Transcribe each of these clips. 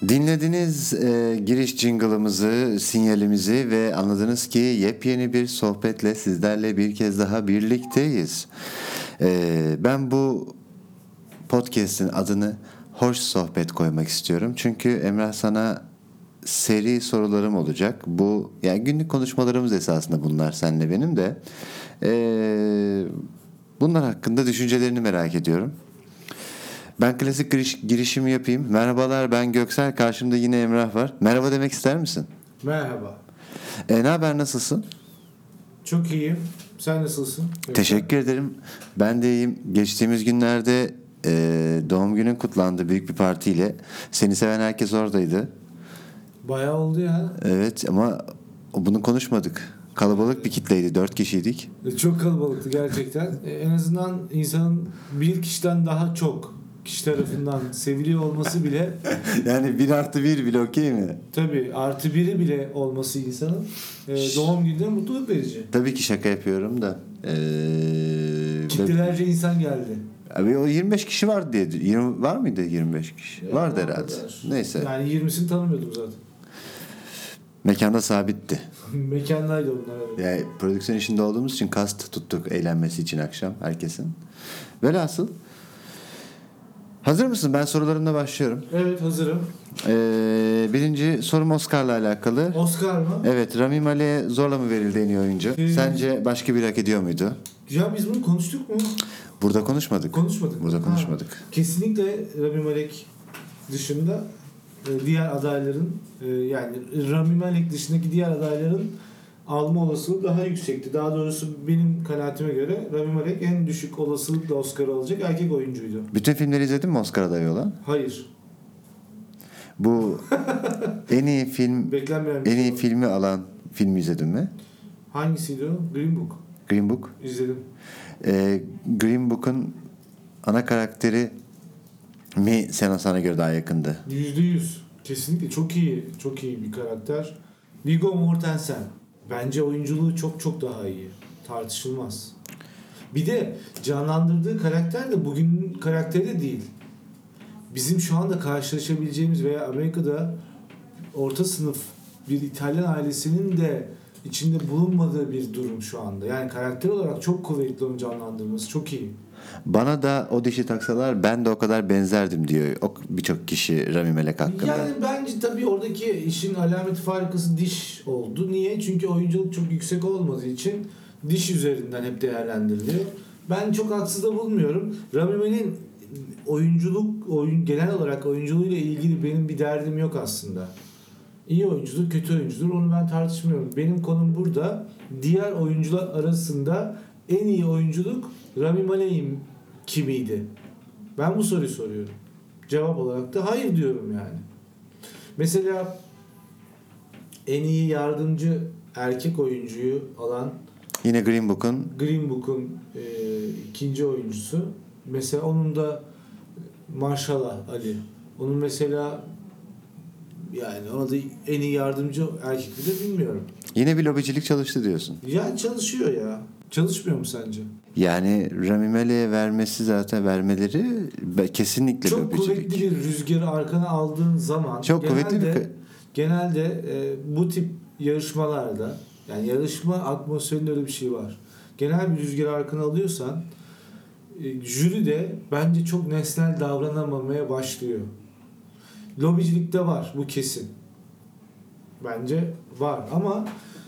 Dinlediniz giriş jingle'ımızı, sinyalimizi ve anladınız ki yepyeni bir sohbetle sizlerle bir kez daha birlikteyiz. Ben bu podcast'in adını Hoş Sohbet koymak istiyorum. Çünkü Emrah, sana seri sorularım olacak. Bu yani günlük konuşmalarımız esasında bunlar, senle benim de. Bunlar hakkında düşüncelerini merak ediyorum. Ben klasik girişimi yapayım. Merhabalar, ben Göksel. Karşımda yine Emrah var. Merhaba demek ister misin? Merhaba. Ne haber, nasılsın? Çok iyiyim. Sen nasılsın? Teşekkür ederim. Ben de iyiyim. Geçtiğimiz günlerde doğum günün kutlandı büyük bir partiyle. Seni seven herkes oradaydı. Bayağı oldu ya. Evet ama bunu konuşmadık. Kalabalık bir kitleydi. 4 kişiydik. Çok kalabalıktı gerçekten. En azından insanın bir kişiden daha çok kişi tarafından seviliyor olması bile Yani 1+1 bile okey mi? tabii artı biri bile olması insanın doğum gününe mutluluk verici. Tabii ki şaka yapıyorum da. Kitlelerce insan geldi. Abi o 25 kişi vardı diye. 20 var mıydı 25 kişi? Ya, vardı herhalde. Neyse. Yani 20'sini tanımıyordum zaten. Mekanda sabitti. Mekandaydı onlar. Evet. Yani prodüksiyon işinde olduğumuz için kast tuttuk eğlenmesi için akşam herkesin. Velhasıl. Hazır mısın? Ben sorularımla başlıyorum. Evet, hazırım. Birinci sorum Oscar'la alakalı. Oscar mı? Evet, Rami Malek'e zorla mı verildi en iyi oyuncu? Sence başka biri hak ediyor muydu? Ya biz bunu konuştuk mu? Burada konuşmadık. Burada konuşmadık. Kesinlikle Rami Malek dışında diğer adayların yani Rami Malek dışındaki diğer adayların alma olasılığı daha yüksekti. Daha doğrusu benim kanaatime göre Rami Malek en düşük olasılıkla Oscar alacak erkek oyuncuydu. Bütün filmleri izledin mi Oscar adayı olan? Hayır. Bu en iyi film, Beklenmeyen en iyi filmi alan filmi izledin mi? Hangisiydi o? Green Book. Green Book. İzledim. Green Book'un ana karakteri mi sana göre daha yakındı? %100. Kesinlikle çok iyi. Çok iyi bir karakter. Viggo Mortensen. Bence oyunculuğu çok çok daha iyi. Tartışılmaz. Bir de canlandırdığı karakter de bugünün karakteri de değil. Bizim şu anda karşılaşabileceğimiz veya Amerika'da orta sınıf bir İtalyan ailesinin de içinde bulunmadığı bir durum şu anda. Yani karakter olarak çok kuvvetli onu canlandırması çok iyi. Bana da o dişi taksalar ben de o kadar benzerdim diyor birçok kişi Rami Malek hakkında. Yani bence tabii oradaki işin alameti farikası diş oldu. Niye? Çünkü oyunculuk çok yüksek olmadığı için diş üzerinden hep değerlendiriliyor. Ben çok haksız da bulmuyorum. Rami Malek'in genel olarak oyunculuğuyla ilgili benim bir derdim yok aslında. İyi oyuncudur, kötü oyuncudur onu ben tartışmıyorum. Benim konum burada diğer oyuncular arasında en iyi oyunculuk Rami Malek'in kimiydi? Ben bu soruyu soruyorum. Cevap olarak da hayır diyorum yani. Mesela en iyi yardımcı erkek oyuncuyu alan yine Green Book'un ikinci oyuncusu. Mesela onun da Marshala Ali. Onun mesela yani ona da en iyi yardımcı erkek de bilmiyorum. Yine bir lobicilik çalıştı diyorsun. Ya çalışıyor ya. Çalışmıyor mu sence? Yani Rami Malek'e vermeleri kesinlikle çok lobicilik. Çok kuvvetli bir rüzgarı arkana aldığın zaman çok genelde bu tip yarışmalarda yani yarışma atmosferinde öyle bir şey var. Genel bir rüzgarı arkana alıyorsan jüri de bence çok nesnel davranamamaya başlıyor. Lobicilik de var, bu kesin. Bence var ama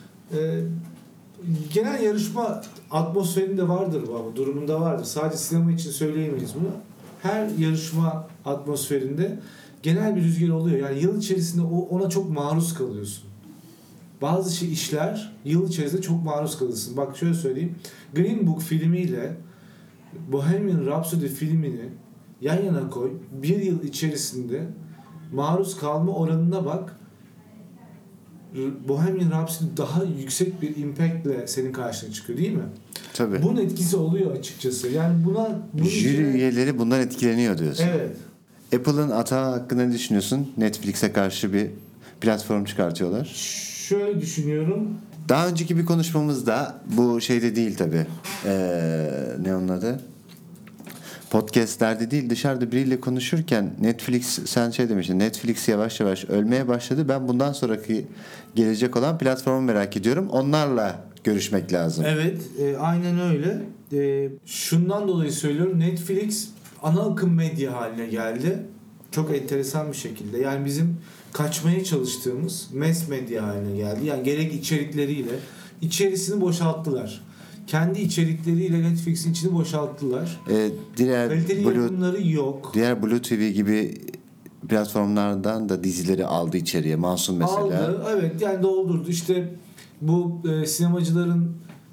genel yarışma atmosferinde vardır bu, durumunda vardır. Sadece sinema için söyleyemeyiz bunu. Her yarışma atmosferinde genel bir rüzgar oluyor. Yani yıl içerisinde ona çok maruz kalıyorsun. Bazı işler yıl içerisinde çok maruz kalırsın. Bak şöyle söyleyeyim. Green Book filmiyle Bohemian Rhapsody filmini yan yana koy. Bir yıl içerisinde maruz kalma oranına bak. Bohemian Rhapsody daha yüksek bir impact'le senin karşına çıkıyor değil mi? Tabii. Bunun etkisi oluyor açıkçası. Yani jüri üyeleri bundan etkileniyor diyorsun. Evet. Apple'ın atağı hakkında ne düşünüyorsun? Netflix'e karşı bir platform çıkartıyorlar. Şöyle düşünüyorum. Daha önceki bir konuşmamızda bu şeyde değil tabii. Ne onun adı? podcastlerde değil dışarıda biriyle konuşurken Netflix, sen şey demiştin, Netflix yavaş yavaş ölmeye başladı. Ben bundan sonraki gelecek olan platformu merak ediyorum. Onlarla görüşmek lazım. Evet, aynen öyle. Şundan dolayı söylüyorum, Netflix ana akım medya haline geldi. Çok enteresan bir şekilde. Yani bizim kaçmaya çalıştığımız mass medya haline geldi. Yani gerek içerikleriyle içerisini boşalttılar. Kendi içerikleriyle Netflix'in içini boşalttılar. Diğer kaliteli yapımları yok. Diğer Blue TV gibi platformlardan da dizileri aldı içeriye. Masum mesela. Aldı, evet, yani doldurdu. İşte bu sinemacıların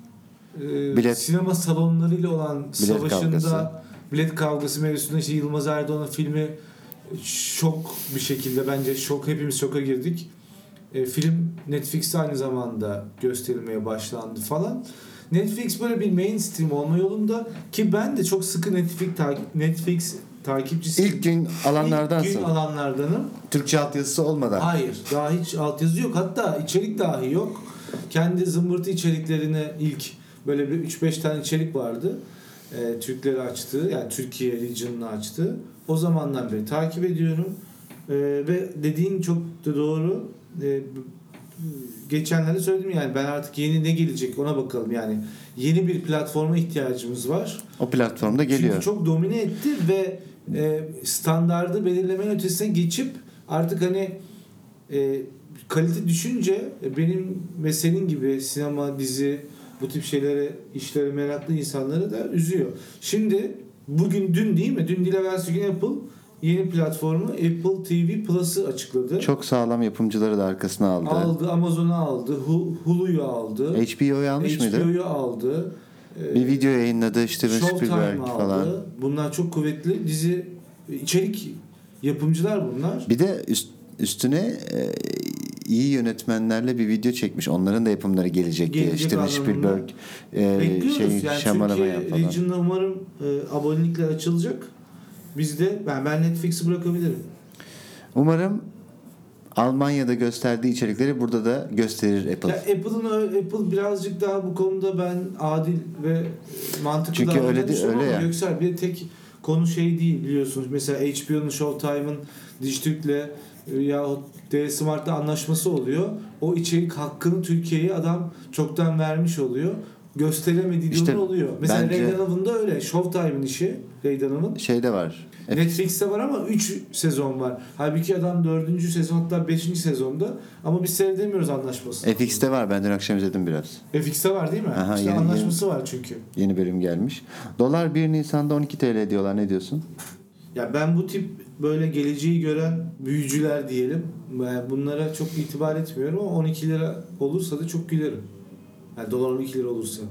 sinema salonlarıyla olan savaşında bilet kavgası mevzusunda işte Yılmaz Erdoğan'ın filmi şok bir şekilde, bence hepimiz şoka girdik. Film Netflix'te aynı zamanda gösterilmeye başlandı falan. Netflix böyle bir mainstream olma yolunda ki ben de çok sıkı Netflix takipçisiyim. İlk gün alanlardansın. İlk gün alanlardanım. Türkçe altyazısı olmadan. Hayır. Daha hiç altyazı yok. Hatta içerik dahi yok. Kendi zımbırtı içeriklerine ilk böyle bir 3-5 tane içerik vardı. Türkleri açtığı, yani Türkiye region'ını açtığı. O zamandan beri takip ediyorum. Ve dediğin çok da doğru. Geçenlerde söyledim, yani ben artık yeni ne gelecek ona bakalım. Yani yeni bir platforma ihtiyacımız var. O platformda geliyor. Çünkü çok domine etti ve standardı belirlemenin ötesine geçip artık hani kalite düşünce benim ve senin gibi sinema, dizi, bu tip işlere meraklı insanları da üzüyor. Şimdi dün değil mi? Dün değil evvelsi gün Apple yeni platformu Apple TV Plus'ı açıkladı. Çok sağlam yapımcıları da arkasına aldı. Amazon'u aldı, Hulu'yu aldı. HBO'yu almış mıydı? HBO'yu aldı. Bir video yayınladı işte Spielberg falan. Aldı. Bunlar çok kuvvetli dizi içerik yapımcılar bunlar. Bir de üstüne iyi yönetmenlerle bir video çekmiş. Onların da yapımları gelecek diye. İşte Spielberg, bekliyoruz. Yani Şamalamayan Türkiye falan. Region'da umarım abonelikler açılacak. Biz de ben Netflix'i bırakabilirim. Umarım Almanya'da gösterdiği içerikleri burada da gösterir Apple. Ya Apple birazcık daha bu konuda ben adil ve mantıklı çünkü öyle ya. Göksel bir tek konu değil biliyorsunuz. Mesela HBO'nun Showtime'ın Dijitürk'le yahut D-Smart'ta anlaşması oluyor. O içerik hakkını Türkiye'ye adam çoktan vermiş oluyor. Gösteremediği işte oluyor. Mesela Ray Donovan'ın da öyle. Showtime'ın işi Ray Donovan'ın. Şeyde var. Netflix'te var ama 3 sezon var. Halbuki adam 4. sezon, hatta 5. sezonda, ama biz seyredemiyoruz anlaşmasını. FX'te var. Ben dün akşam izledim biraz. FX'te var değil mi? Aha, işte anlaşması var çünkü. Yeni bölüm gelmiş. Dolar 1 Nisan'da 12 TL diyorlar. Ne diyorsun? Ya ben bu tip böyle geleceği gören büyücüler diyelim, bunlara çok itibar etmiyorum ama 12 lira olursa da çok gülerim. Yani dolar 12 lira olursa.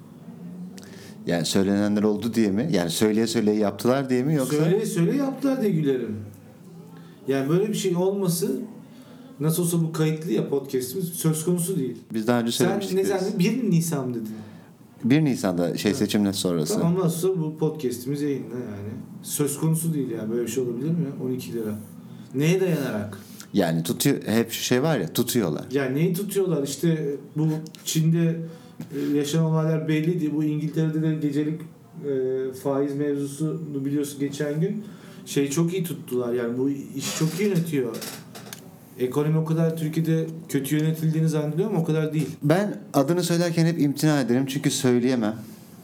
Yani söylenenler oldu diye mi? Yani söyleye yaptılar diye mi, yoksa? Söyleye yaptılar diye gülerim. Yani böyle bir şey olması, nasıl olsa bu kayıtlı ya podcast'imiz, söz konusu değil. Biz daha önce söylemiştik. Sen ne 1 Nisan mı dedin? 1 Nisan'da seçimden sonrası. Tamam, ondan sonra bu podcast'imiz yayınla yani. Söz konusu değil yani, böyle bir şey olabilir mi? 12 lira. Neye dayanarak? Yani tutuyor, hep şu şey var ya, tutuyorlar. Yani neyi tutuyorlar? İşte bu Çin'de yaşanan olaylar belliydi. Bu İngiltere'de de gecelik faiz mevzusunu biliyorsun geçen gün. Çok iyi tuttular. Yani bu iş çok iyi yönetiyor. Ekonomi o kadar Türkiye'de kötü yönetildiğini zannediyorum, o kadar değil. Ben adını söylerken hep imtina ederim çünkü söyleyemem.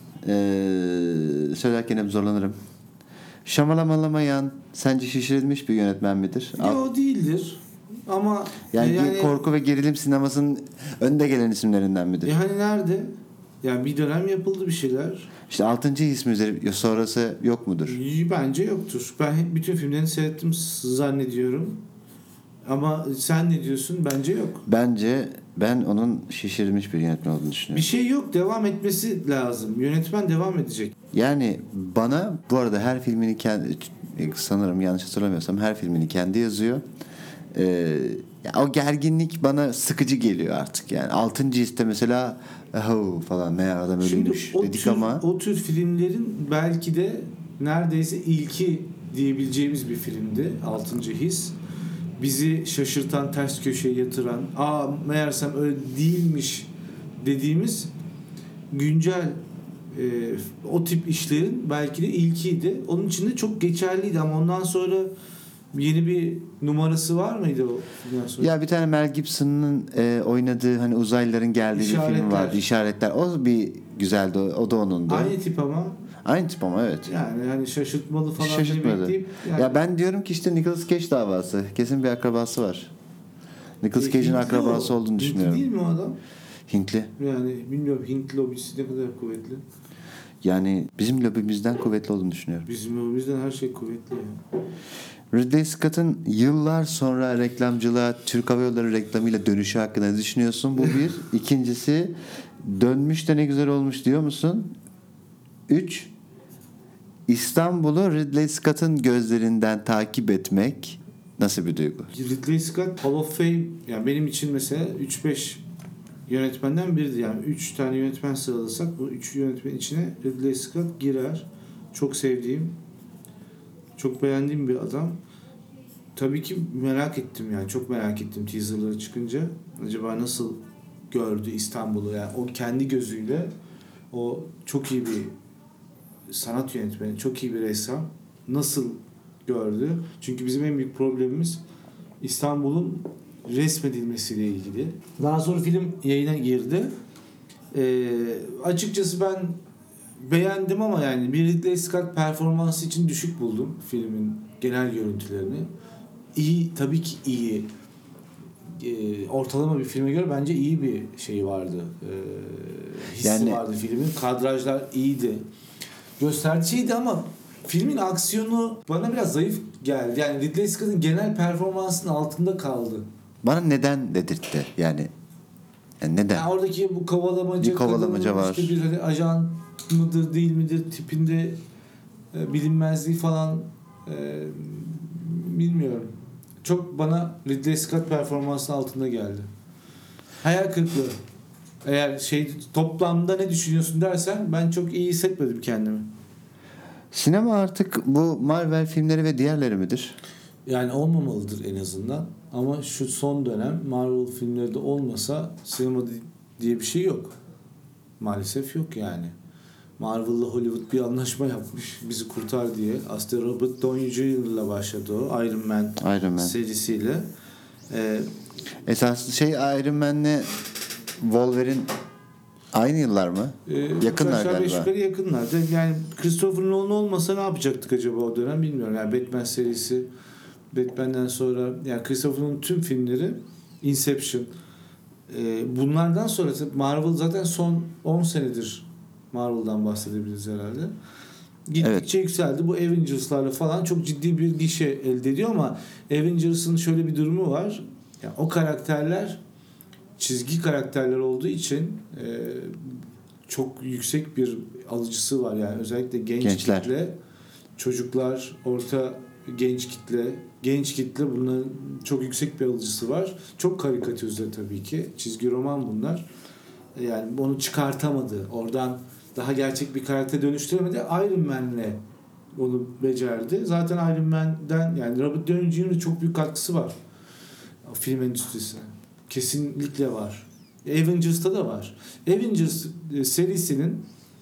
Söylerken hep zorlanırım. Şamalamalamayan sence şişirilmiş bir yönetmen midir? O değildir. Ama yani korku ve gerilim sinemasının önde gelen isimlerinden midir? Yani nerede? Yani bir dönem yapıldı bir şeyler. İşte 6. his mi sonrası yok mudur? Bence yoktur. Ben hep bütün filmlerini seyrettim zannediyorum. Ama sen ne diyorsun? Bence yok. Ben onun şişirilmiş bir yönetmen olduğunu düşünüyorum. Bir şey yok. Devam etmesi lazım. Yönetmen devam edecek. Yani bana bu arada her filmini sanırım yanlış hatırlamıyorsam her filmini kendi yazıyor. O gerginlik bana sıkıcı geliyor artık. Yani 6. histe mesela falan meğer adam ölüymüş dedik ama. O tür filmlerin belki de neredeyse ilki diyebileceğimiz bir filmdi 6. his. Bizi şaşırtan, ters köşeye yatıran, meğersem öyle değilmiş dediğimiz güncel o tip işlerin belki de ilkiydi. Onun için de çok geçerliydi ama ondan sonra yeni bir numarası var mıydı o filmden sonra? Ya bir tane Mel Gibson'ın oynadığı hani uzaylıların geldiği bir film vardı. İşaretler. O bir güzeldi. O da onundu. Aynı tip ama. Aynı tip ama evet. Yani hani şaşırtmalı falan Şaşırtmadı. deyip yani... Ya ben diyorum ki işte Nicolas Cage davası. Kesin bir akrabası var. Nicolas Cage'in akrabası olduğunu düşünüyorum. Hintli değil mi o adam? Hintli. Yani bilmiyorum, Hint lobisi ne kadar kuvvetli. Yani bizim lobimizden kuvvetli olduğunu düşünüyorum. Bizim lobimizden her şey kuvvetli yani. Ridley Scott'ın yıllar sonra reklamcılığa Türk Hava Yolları reklamıyla dönüşü hakkında ne düşünüyorsun? Bu bir. İkincisi, dönmüş de ne güzel olmuş diyor musun? 3. İstanbul'u Ridley Scott'ın gözlerinden takip etmek nasıl bir duygu? Ridley Scott Hall of Fame, yani benim için mesela 3-5 yönetmenden biridir. Yani 3 tane yönetmen sıralasak bu 3 yönetmen içine Ridley Scott girer. Çok sevdiğim, çok beğendiğim bir adam. Tabii ki merak ettim, yani çok merak ettim teaserları çıkınca. Acaba nasıl gördü İstanbul'u, yani o kendi gözüyle, o çok iyi bir sanat yönetmeni, çok iyi bir ressam nasıl gördü? Çünkü bizim en büyük problemimiz İstanbul'un resmedilmesiyle ilgili. Daha sonra film yayına girdi. Açıkçası ben beğendim ama yani bir Ridley Scott performansı için düşük buldum filmin genel görüntülerini. İyi, tabii ki iyi. Ortalama bir filme göre bence iyi bir şey vardı. Hissi yani... vardı filmin. Kadrajlar iyiydi. Göstericiydi ama filmin aksiyonu bana biraz zayıf geldi. Yani Ridley Scott'ın genel performansının altında kaldı. Bana neden dedirtti yani neden? Yani oradaki bu kovalamaca var. İşte bir hani ajan mıdır değil midir tipinde bilinmezliği falan bilmiyorum. Çok bana Ridley Scott performansının altında geldi. Hayal kırıklığı. Eğer toplamda ne düşünüyorsun dersen ben çok iyi hissetmedim kendimi. Sinema artık bu Marvel filmleri ve diğerleri midir? Yani olmamalıdır en azından. Ama şu son dönem Marvel filmleri de olmasa sinema diye bir şey yok. Maalesef yok yani. Marvel'la Hollywood bir anlaşma yapmış bizi kurtar diye. Aslında Robert Downey Jr.'la başladı o Iron Man serisiyle. Esas Iron Man'le Wolverine aynı yıllar mı? Yakınlar galiba. Yukarı yakınlar. Yani Christopher Nolan olmasa ne yapacaktık acaba o dönem bilmiyorum. Yani Batman serisi, Batman'den sonra yani Christopher Nolan'ın tüm filmleri, Inception, bunlardan sonra Marvel zaten son 10 senedir Marvel'dan bahsedebiliriz herhalde. Gittikçe yükseldi. Bu Avengers'larla falan çok ciddi bir gişe elde ediyor ama Avengers'ın şöyle bir durumu var. Yani o karakterler çizgi karakterler olduğu için çok yüksek bir alıcısı var. Yani özellikle gençler. Kitle, çocuklar, orta genç kitle bunların çok yüksek bir alıcısı var. Çok karikatürize tabii ki. Çizgi roman bunlar. Yani onu çıkartamadı. Oradan daha gerçek bir karakter dönüştüremedi. Iron Man'le onu becerdi. Zaten Iron Man'den yani Robert Downey Jr.'ın çok büyük katkısı var film endüstrisine. Kesinlikle var. Avengers'ta da var. Avengers serisinin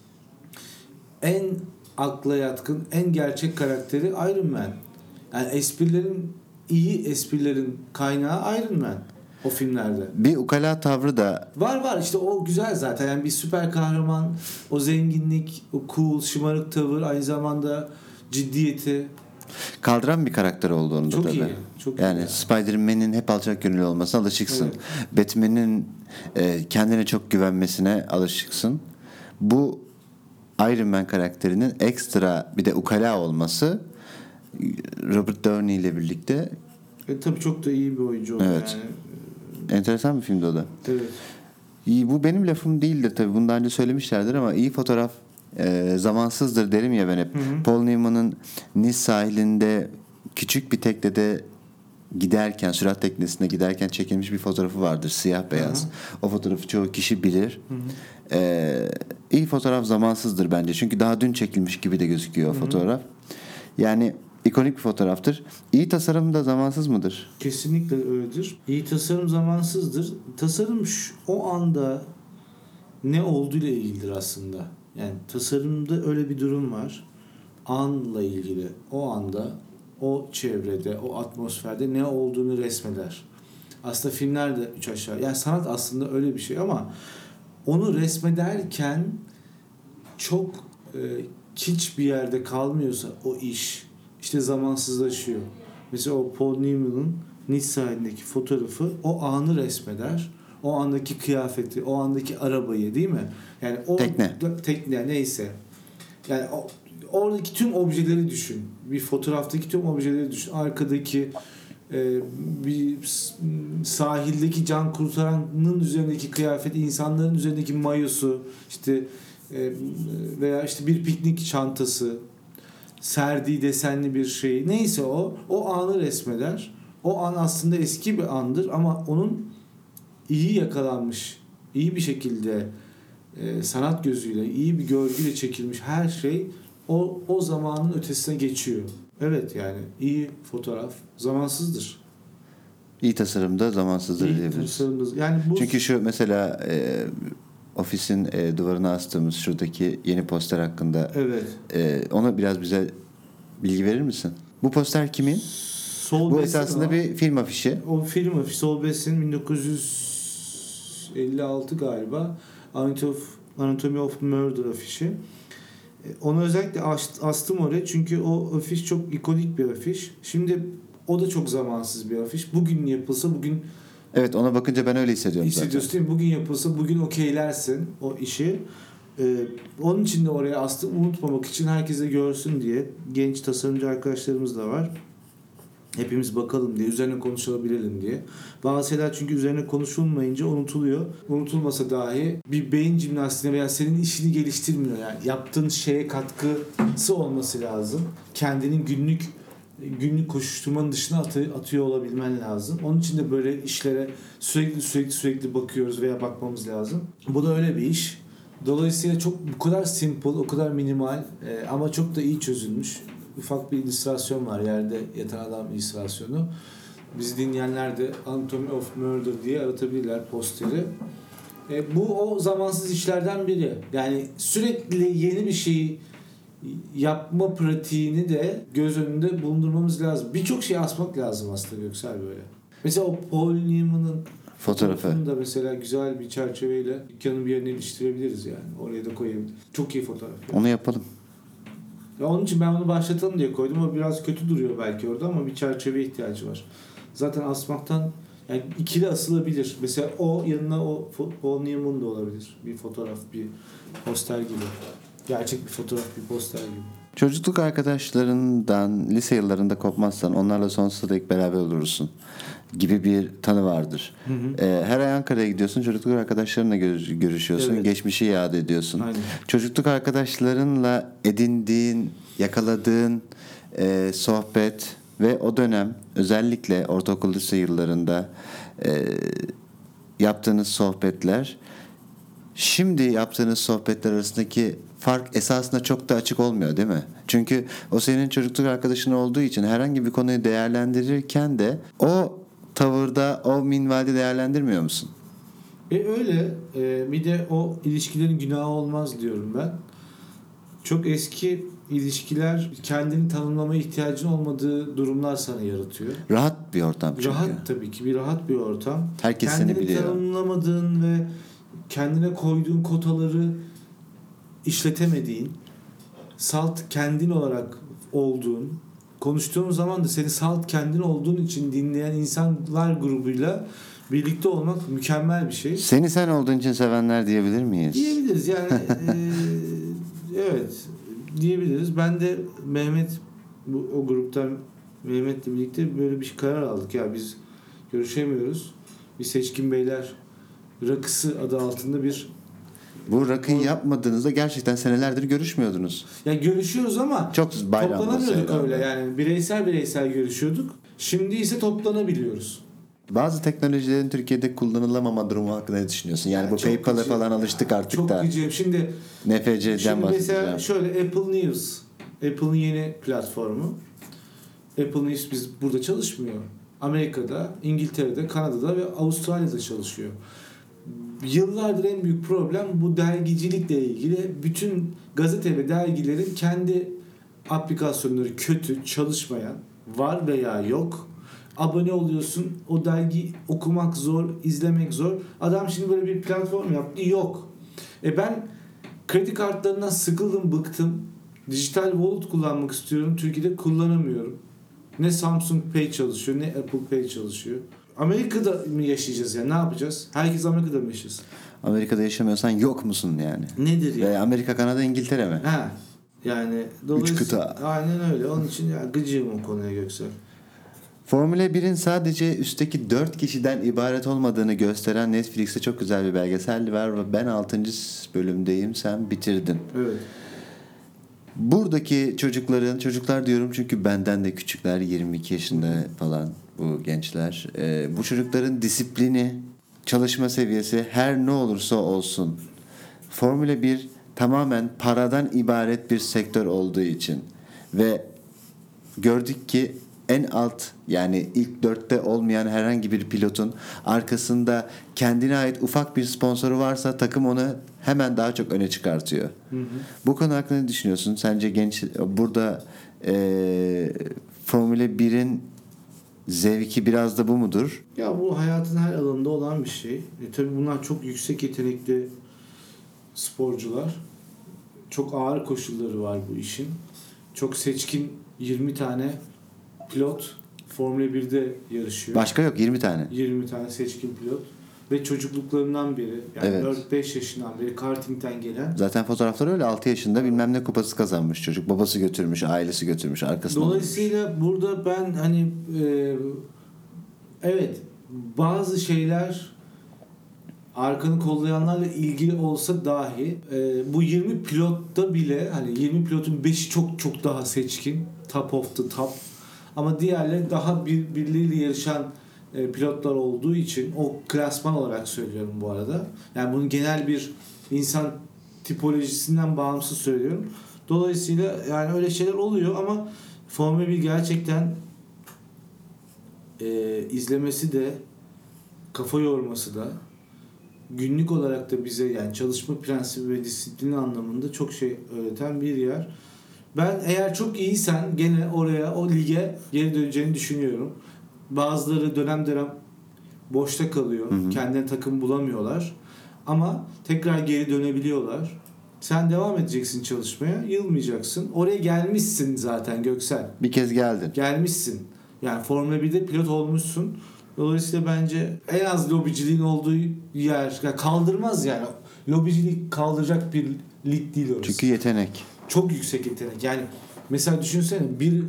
en akla yatkın, en gerçek karakteri Iron Man. Yani iyi esprilerin kaynağı Iron Man o filmlerde. Bir ukala tavrı da var işte o güzel zaten. Yani bir süper kahraman, o zenginlik, o cool, şımarık tavır, aynı zamanda ciddiyeti kaldıran bir karakter olduğunu çok tabii. iyi. Çok yani iyi. Spider-Man'in hep alçak gönüllü olmasına alışıksın. Evet. Batman'in kendine çok güvenmesine alışıksın. Bu Iron Man karakterinin ekstra bir de ukala olması Robert Downey ile birlikte tabii çok da iyi bir oyuncu oldu evet. Yani. Enteresan bir filmdi o da. Evet. Bu benim lafım değildir tabii. Bunu daha önce söylemişlerdir ama iyi fotoğraf zamansızdır derim ya ben hep. Hı hı. Paul Newman'ın Nice sahilinde küçük bir teknede giderken, sürat teknesinde giderken çekilmiş bir fotoğrafı vardır. Siyah beyaz. Hı hı. O fotoğrafı çoğu kişi bilir. Hı hı. İyi fotoğraf zamansızdır bence. Çünkü daha dün çekilmiş gibi de gözüküyor o fotoğraf. Yani ikonik bir fotoğraftır. İyi tasarım da zamansız mıdır? Kesinlikle öyledir. İyi tasarım zamansızdır. Tasarım o anda ne olduğuyla ilgilidir aslında. Yani tasarımda öyle bir durum var. Anla ilgili, o anda, o çevrede, o atmosferde ne olduğunu resmeder. Aslında filmler de üç aşağı. Yani sanat aslında öyle bir şey ama onu resmederken çok kiç bir yerde kalmıyorsa o iş işte zamansızlaşıyor. Mesela o Paul Newman'ın Nice sahilindeki fotoğrafı o anı resmeder. O andaki kıyafeti, o andaki arabayı, değil mi? Yani o tekne neyse. Yani oradaki tüm objeleri düşün. Bir fotoğraftaki tüm objeleri düşün. Arkadaki bir sahildeki can kurtaranın üzerindeki kıyafet, insanların üzerindeki mayosu, işte veya işte bir piknik çantası, serdiği desenli bir şey. Neyse o anı resmeder. O an aslında eski bir andır ama onun iyi yakalanmış, iyi bir şekilde sanat gözüyle, iyi bir görgüyle çekilmiş her şey o zamanın ötesine geçiyor. Evet, yani iyi fotoğraf zamansızdır. İyi tasarımda zamansızdır İyi diyebiliriz. tasarımda. Yani bu Çünkü şu mesela ofisin duvarına astığımız şuradaki yeni poster hakkında evet. Ona biraz bize bilgi verir misin? Bu poster kimin? Sol Bu Besin esasında bir film afişi. O film afişi Sol Besin 1956 galiba. Anatomy of Murder afişi. Onu özellikle astım oraya çünkü o afiş çok ikonik bir afiş. Şimdi o da çok zamansız bir afiş. Bugün yapılsa bugün Evet, ona bakınca ben öyle hissediyorum hissediyorsun zaten. değil mi? Bugün yapılsa bugün okeylersin o işi. Onun için de oraya astım, unutmamak için herkese görsün diye. Genç tasarımcı arkadaşlarımız da var. Hepimiz bakalım diye, üzerine konuşabilelim diye. Bazı şeyler çünkü üzerine konuşulmayınca unutuluyor. Unutulmasa dahi bir beyin jimnastiğine veya senin işini geliştirmiyor. Yani yaptığın şeye katkısı olması lazım. Kendinin günlük koşuşturmanın dışına atıyor olabilmen lazım. Onun için de böyle işlere sürekli bakıyoruz veya bakmamız lazım. Bu da öyle bir iş. Dolayısıyla bu kadar simple, o kadar minimal ama çok da iyi çözülmüş. Ufak bir illüstrasyon var, yerde yatan adam illüstrasyonu. Bizi dinleyenler de Anatomy of Murder diye aratabilirler posteri. Bu o zamansız işlerden biri. Yani sürekli yeni bir şeyi yapma pratiğini de göz önünde bulundurmamız lazım. Birçok şey asmak lazım aslında Göksel böyle. Mesela o Paul Newman'ın fotoğrafını da mesela güzel bir çerçeveyle dükkanın bir yerine iliştirebiliriz yani. Oraya da koyabiliriz. Çok iyi fotoğraf. Yani. Onu yapalım. Ya onun için ben onu başlatalım diye koydum. O biraz kötü duruyor belki orada ama bir çerçeve ihtiyacı var. Zaten asmaktan yani ikili asılabilir. Mesela o yanına o Paul Newman da olabilir. Bir fotoğraf, bir poster gibi. Gerçek bir fotoğraf, bir poster gibi. Çocukluk arkadaşlarından lise yıllarında kopmazsan onlarla sonsuza dek beraber olursun gibi bir tanı vardır. Hı hı. Her ay Ankara'ya gidiyorsun, çocukluk arkadaşlarınla görüşüyorsun, Evet. geçmişi yad ediyorsun. Aynen. Çocukluk arkadaşlarınla edindiğin, yakaladığın sohbet ve o dönem özellikle ortaokul lise yıllarında yaptığınız sohbetler, şimdi yaptığınız sohbetler arasındaki fark esasında çok da açık olmuyor değil mi? Çünkü o senin çocukluk arkadaşın olduğu için herhangi bir konuyu değerlendirirken de o tavırda, o minvalde değerlendirmiyor musun? Öyle. Bir de o ilişkilerin günahı olmaz diyorum ben. Çok eski ilişkiler kendini tanımlama ihtiyacın olmadığı durumlar sana yaratıyor. Rahat bir ortam çünkü. Rahat tabii ki, bir rahat bir ortam. Herkes seni biliyor. Kendini tanımlamadığın ve kendine koyduğun kotaları işletemediğin, salt kendin olarak olduğun, konuştuğun zaman da seni salt kendin olduğun için dinleyen insanlar grubuyla birlikte olmak mükemmel bir şey. Seni sen olduğun için sevenler diyebilir miyiz? Diyebiliriz yani. Evet, diyebiliriz. Ben de o gruptan Mehmet'le birlikte böyle bir karar aldık. Ya biz görüşemiyoruz. Bir Seçkin Beyler Rakısı adı altında Bu rakıyı yapmadığınızda gerçekten senelerdir görüşmüyordunuz. ya görüşüyoruz ama çok toplanamıyorduk öyle. Yani bireysel görüşüyorduk. Şimdi ise toplanabiliyoruz. Bazı teknolojilerin Türkiye'de kullanılamama durumu hakkında ne düşünüyorsun? Yani bu PayPal'e falan alıştık artık çok da. Şimdi NFC'den bahsedeceğim. mesela şöyle Apple News. Apple'ın yeni platformu. Apple News biz burada çalışmıyor. Amerika'da, İngiltere'de, Kanada'da ve Avustralya'da çalışıyor. yıllardır en büyük problem bu dergicilikle ilgili. Bütün gazete ve dergilerin kendi aplikasyonları kötü, çalışmayan, var veya yok. Abone oluyorsun, o dergi okumak zor, izlemek zor. Adam şimdi böyle bir platform yaptı, yok. Ben kredi kartlarından sıkıldım, bıktım. Dijital wallet kullanmak istiyorum, Türkiye'de kullanamıyorum. Ne Samsung Pay çalışıyor, ne Apple Pay çalışıyor. Amerika'da mı yaşayacağız yani, ne yapacağız? Herkes Amerika'da mı yaşasın? Amerika'da yaşamıyorsan yok musun yani? Nedir ya? Veya Amerika, Kanada, İngiltere mi? Ha. Yani Üç kıta. Aynen öyle. Onun için ya gıcığım o konuya Göksel. Formula 1'in sadece üstteki 4 kişiden ibaret olmadığını gösteren Netflix'te çok güzel bir belgesel var ve ben 6. bölümdeyim, sen bitirdin. Evet. Buradaki çocuklar diyorum çünkü benden de küçükler, 22 yaşında falan bu gençler. Bu çocukların disiplini, çalışma seviyesi her ne olursa olsun. Formula 1 tamamen paradan ibaret bir sektör olduğu için ve gördük ki en alt, yani ilk 4'te olmayan herhangi bir pilotun arkasında kendine ait ufak bir sponsoru varsa takım onu hemen daha çok öne çıkartıyor. Hı hı. Bu konu hakkında ne düşünüyorsun? Sence genç burada Formula 1'in zevki biraz da bu mudur? Ya bu hayatın her alanında olan bir şey. Tabii bunlar çok yüksek yetenekli sporcular. Çok ağır koşulları var bu işin. Çok seçkin 20 tane pilot Formula 1'de yarışıyor. Başka yok, 20 tane. 20 tane seçkin pilot. Ve çocukluklarından beri, yani evet. 4-5 yaşından beri kartingten gelen. Zaten fotoğrafları öyle, 6 yaşında bilmem ne kupası kazanmış çocuk. Babası götürmüş, ailesi götürmüş, arkasında. Dolayısıyla olmuş. Burada ben hani evet, bazı şeyler arkanı kollayanlarla ilgili olsa dahi bu 20 pilotta bile hani 20 pilotun 5'i çok çok daha seçkin, top of the top, ama diğerleri daha birbirleriyle yarışan pilotlar olduğu için, o klasman olarak söylüyorum bu arada. Yani bunun genel bir insan tipolojisinden bağımsız söylüyorum. Dolayısıyla yani öyle şeyler oluyor ama Formula 1 gerçekten izlemesi de, kafa yorması da, günlük olarak da bize yani çalışma prensibi ve disiplini anlamında çok şey öğreten bir yer. Ben eğer çok iyiysen gene oraya, o lige geri döneceğini düşünüyorum. Bazıları dönem dönem boşta kalıyor. Hı hı. Kendine takım bulamıyorlar. Ama tekrar geri dönebiliyorlar. Sen devam edeceksin çalışmaya, yılmayacaksın. Oraya gelmişsin zaten Göksel. Bir kez geldin. Gelmişsin. Yani Formula 1'de pilot olmuşsun. Dolayısıyla bence en az lobiciliğin olduğu yer, yani kaldırmaz yani. Lobicilik kaldıracak bir lig değil orası. Çünkü yetenek. Çok yüksek yetenek. Yani mesela düşünsene, bir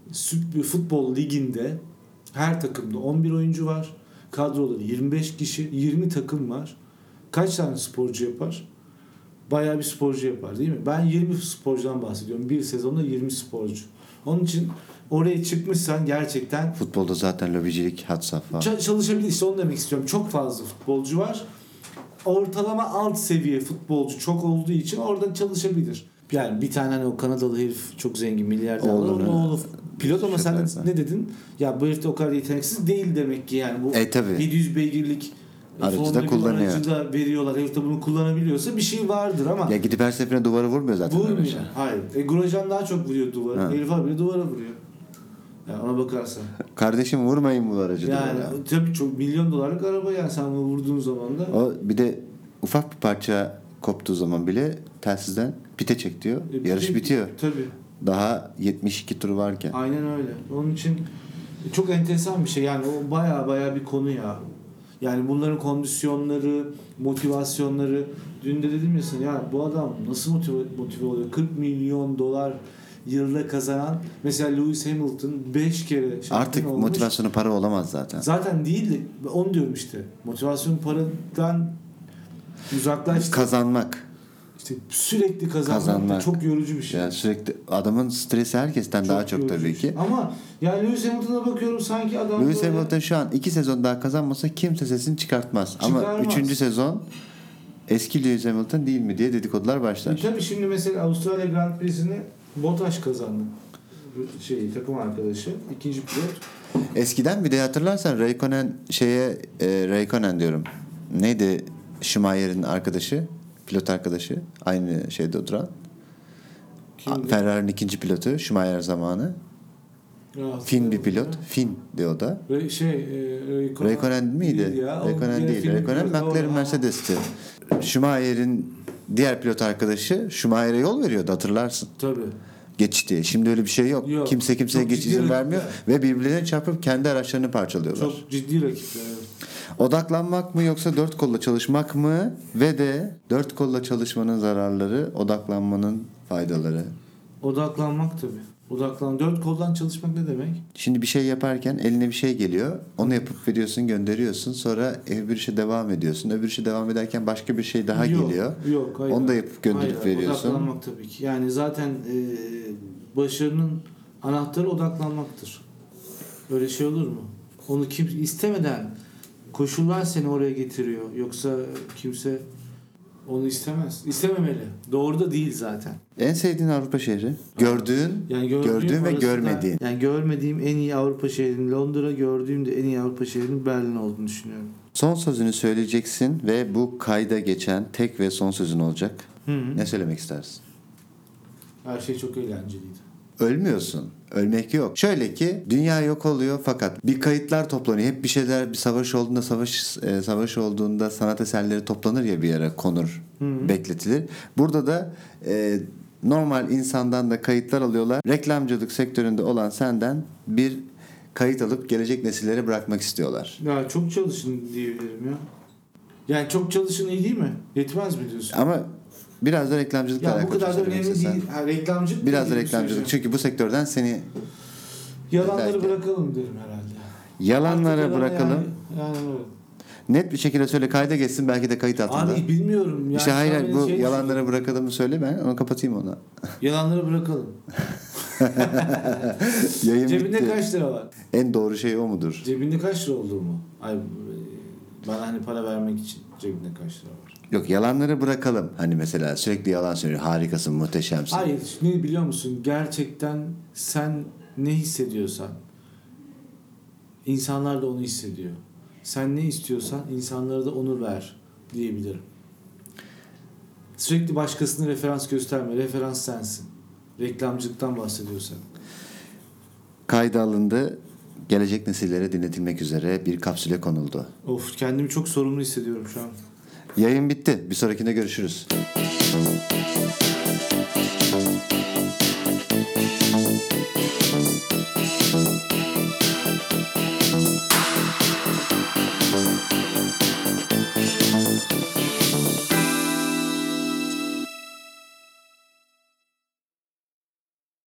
futbol liginde her takımda 11 oyuncu var. Kadroları 25 kişi, 20 takım var. Kaç tane sporcu yapar? Bayağı bir sporcu yapar değil mi? Ben 20 sporcudan bahsediyorum. Bir sezonda 20 sporcu. Onun için oraya çıkmışsan gerçekten... Futbolda zaten lobicilik had safha. Çalışabilir, işte onu demek istiyorum. Çok fazla futbolcu var. Ortalama alt seviye futbolcu çok olduğu için orada çalışabilir. Yani bir tane hani o Kanadalı herif çok zengin, milyarder. Oğlu pilot ama sen ne dedin? Ya bu herif de o kadar yeteneksiz değil demek ki yani. Bu tabii. 700 beygirlik aracı da kullanıyor. Aracı da veriyorlar. Herif de bunu kullanabiliyorsa bir şey vardır ama. Ya gidip her seferinde duvara vurmuyor zaten. Vurmuyor. Hayır. Grosjean daha çok vuruyor duvara. Herif abi duvara vuruyor. Yani ona bakarsan. Kardeşim vurmayın bu aracı. Yani tabii çok milyon dolarlık araba yani, sen bunu vurduğun zaman da. O bir de ufak bir parça koptuğu zaman bile telsizden pite çek diyor. Yarış bitiyor. Tabii. Daha 72 turu varken. Aynen öyle. Onun için çok enteresan bir şey. Yani o baya bir konu ya. Yani bunların kondisyonları, motivasyonları. Dün de dedim ya sana, ya bu adam nasıl motive oluyor? 40 milyon dolar yılda kazanan, mesela Lewis Hamilton 5 kere artık olmuş. Motivasyonu para olamaz zaten. Zaten değil de onu diyorum işte. Motivasyon paradan uzaklaştı. Kazanmak. İşte sürekli kazanmak. Çok yorucu bir şey. Yani sürekli adamın stresi herkesten çok daha çok tabii ki. Ama yani Lewis Hamilton'a bakıyorum sanki adam Lewis Hamilton şu an 2 sezon daha kazanmasa kimse sesini çıkartmaz. Ama 3. sezon eski Lewis Hamilton değil mi diye dedikodular başlar. Tabii şimdi mesela Avustralya Grand Prix'sini Bottas kazandı. Takım arkadaşı. 2. pilot. Eskiden bir de hatırlarsan Raikkonen diyorum. Neydi Schumacher'in arkadaşı, pilot arkadaşı, aynı şeyde oturan. Kimdi? Ferrari'nin ikinci pilotu Schumacher zamanı. Ya, Fin bir pilot. Fin de o da. Raikkonen miydi? Ya, Raikkonen değil. Raikkonen McLaren Mercedes'ti. Schumacher'in diğer pilot arkadaşı Schumacher'e yol veriyordu, hatırlarsın. Tabii. Geçti. Şimdi öyle bir şey yok. Yok. Kimse kimseye Çok geç ciddi izin rakipler. vermiyor ve birbirlerine çarpıp kendi araçlarını parçalıyorlar. Çok ciddi rakipler. Evet. Odaklanmak mı yoksa dört kolla çalışmak mı ve de dört kolla çalışmanın zararları, odaklanmanın faydaları. Odaklanmak tabii. Dört koldan çalışmak ne demek? Şimdi bir şey yaparken eline bir şey geliyor. Onu yapıp veriyorsun, gönderiyorsun. Sonra öbür işe devam ediyorsun. Öbür işe devam ederken başka bir şey daha geliyor. Yok, hayır. Onu da yapıp gönderip Hayır, veriyorsun. odaklanmak tabii ki. Yani zaten başarının anahtarı odaklanmaktır. Öyle şey olur mu? Onu kim istemeden, koşullar seni oraya getiriyor. Yoksa kimse onu istemez. İstememeli. Doğru da değil zaten. En sevdiğin Avrupa şehri? Gördüğün ve arasında- görmediğin. Yani görmediğim en iyi Avrupa şehrinin Londra, gördüğüm de en iyi Avrupa şehrinin Berlin olduğunu düşünüyorum. Son sözünü söyleyeceksin ve bu kayda geçen tek ve son sözün olacak. Hı. Ne söylemek istersin? Her şey çok eğlenceliydi. Ölmüyorsun. Ölmek yok. Şöyle ki dünya yok oluyor fakat bir kayıtlar toplanıyor. Hep bir şeyler, bir savaş olduğunda savaş olduğunda sanat eserleri toplanır ya, bir yere konur, bekletilir. Burada da normal insandan da kayıtlar alıyorlar. Reklamcılık sektöründe olan senden bir kayıt alıp gelecek nesillere bırakmak istiyorlar. Ya çok çalışın diyebilirim ya. Yani çok çalışın iyi değil mi? Yetmez mi diyorsun? Ama biraz da reklamcılıkla Ya bu alakalı kadar da söylemek önemli istesen. değil. Ha, reklamcılık Biraz da değil, reklamcılık. söyleyeceğim. Çünkü bu sektörden seni Yalanları Belki. bırakalım derim herhalde. yalanlara Artık bırakalım. Yani öyle. Net bir şekilde söyle, kayda geçsin, belki de kayıt altında. Abi bilmiyorum. Yani İşte hayır, sen bu beni yalanları bırakalım söyle, ben onu kapatayım ona. Yalanları bırakalım. Yayın Cebinde bitti. kaç lira var? En doğru şey o mudur? Cebinde kaç lira olduğu mu? Ay, bana hani para vermek için cebinde kaç lira var? Yok, yalanları bırakalım. Hani mesela sürekli yalan söylüyor. Harikasın, muhteşemsin. Hayır, ne biliyor musun? Gerçekten sen ne hissediyorsan insanlar da onu hissediyor. Sen ne istiyorsan insanlara da onu ver diyebilirim. Sürekli başkasını referans gösterme. Referans sensin. Reklamcılıktan bahsediyorsan. Kayda alındı. Gelecek nesillere dinletilmek üzere bir kapsüle konuldu. Of, kendimi çok sorumlu hissediyorum şu an. Yayın bitti. Bir sonrakinde görüşürüz.